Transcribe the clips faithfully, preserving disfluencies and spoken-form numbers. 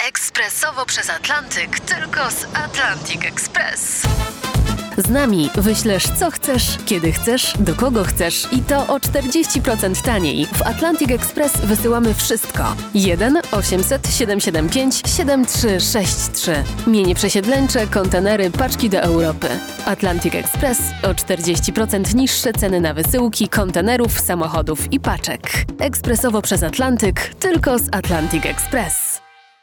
Ekspresowo przez Atlantyk, tylko z Atlantic Express. Z nami wyślesz co chcesz, kiedy chcesz, do kogo chcesz i to o czterdzieści procent taniej. W Atlantic Express wysyłamy wszystko. jeden osiemset siedemset siedemdziesiąt pięć siedemdziesiąt trzy sześćdziesiąt trzy. Mienie przesiedleńcze, kontenery, paczki do Europy. Atlantic Express o czterdzieści procent niższe ceny na wysyłki, kontenerów, samochodów i paczek. Ekspresowo przez Atlantyk, tylko z Atlantic Express.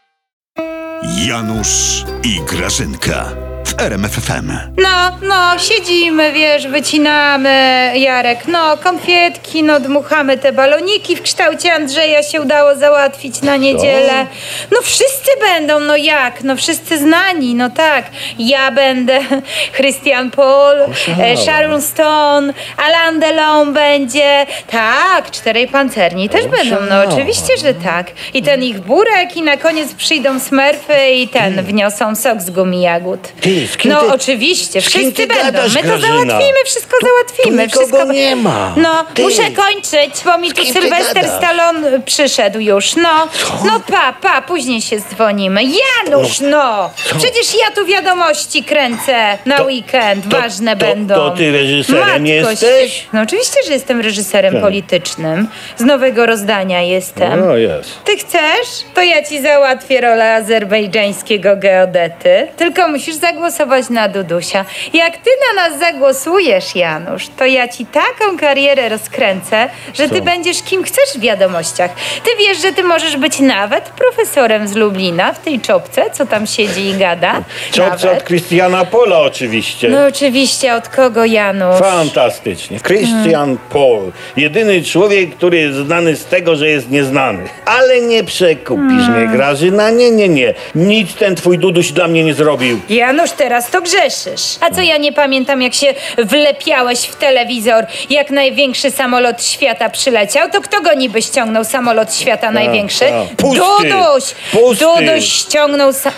Janusz i Grażynka w R M F F M. No, no, siedzimy, wiesz, wycinamy, Jarek, no, konfietki, no, dmuchamy te baloniki w kształcie Andrzeja się udało załatwić na niedzielę. No, wszyscy będą, no jak, no, wszyscy znani, no tak. Ja będę, Christian Paul, e, Sharon Stone, Alain Delon będzie, tak, czterej pancerni też będą, no, oczywiście, że tak. I ten ich burek i na koniec przyjdą smurfy i ten, wniosą sok z gumi jagód. Ty, z kim No ty, oczywiście, z kim wszyscy ty będą. gadasz, My to Grażyna? załatwimy, wszystko załatwimy. tu nikogo wszystko... nie ma. No, Ty. muszę kończyć, bo mi Z tu kim ty Sylwester gadasz? Stallone przyszedł już. No, Co? no pa, pa, później się dzwonimy. Janusz, no! Co? Przecież ja tu wiadomości kręcę na To- weekend, to- ważne to- będą. to ty reżyserem Matko jesteś? święta. No oczywiście, że jestem reżyserem Tak. politycznym. Z nowego rozdania jestem. No jest. Ty chcesz? To ja ci załatwię rolę azerbejdżańskiego geodety. Tylko musisz zagłosować na Dudusia. Jak ty na nas zagłosujesz, Janusz, to ja ci taką karierę rozkręcę, że ty Co? będziesz kim chcesz w wiadomościach. Ty wiesz, że ty możesz być nawet profesorem z Lublina w tej czopce, co tam siedzi i gada. Czopce Nawet. od Christiana Paula oczywiście. No oczywiście, od kogo, Janusz? Fantastycznie. Christian Paul. Jedyny człowiek, który jest znany z tego, że jest nieznany. Ale nie przekupisz mnie, Grażyna. Nie, nie, nie. Nic ten twój Duduś dla mnie nie zrobił. Janusz, teraz to grzeszysz. A co ja nie pamiętam, jak się wlepiałeś w telewizor, jak największy samolot świata przyleciał? To kto go niby ściągnął, samolot świata największy? tak. Pusty. Duduś! Pusty. Duduś ściągnął sa...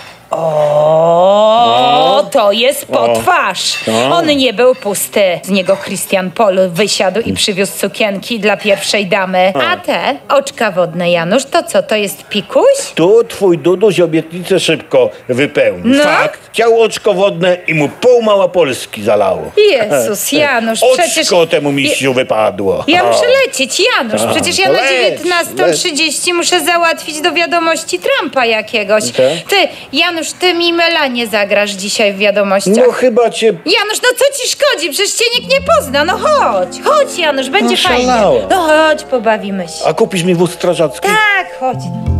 O, No. to jest po O. twarz. No. On nie był pusty. Z niego Christian Paul wysiadł i przywiózł sukienki dla pierwszej damy. A te oczka wodne, Janusz, to co, to jest pikuś? Tu twój Duduś obietnicę szybko wypełni. No. Fakt. Chciał oczko wodne i mu pół Małopolski zalało. Jezus, Janusz, przecież... Oczko temu miściu wypadło. Ja O. muszę lecieć, Janusz. A, Przecież ja to na leć, dziewiętnastą trzydzieści muszę załatwić do wiadomości Trumpa jakiegoś. Tak? Ty, Janusz, ty mi Melanie zagrasz dzisiaj w wiadomościach. No chyba cię... Janusz, no co ci szkodzi? Przecież cię nikt nie pozna. No chodź, chodź, Janusz, będzie No, fajnie. szalała. No chodź, pobawimy się. A kupisz mi wóz strażacki? Tak, chodź.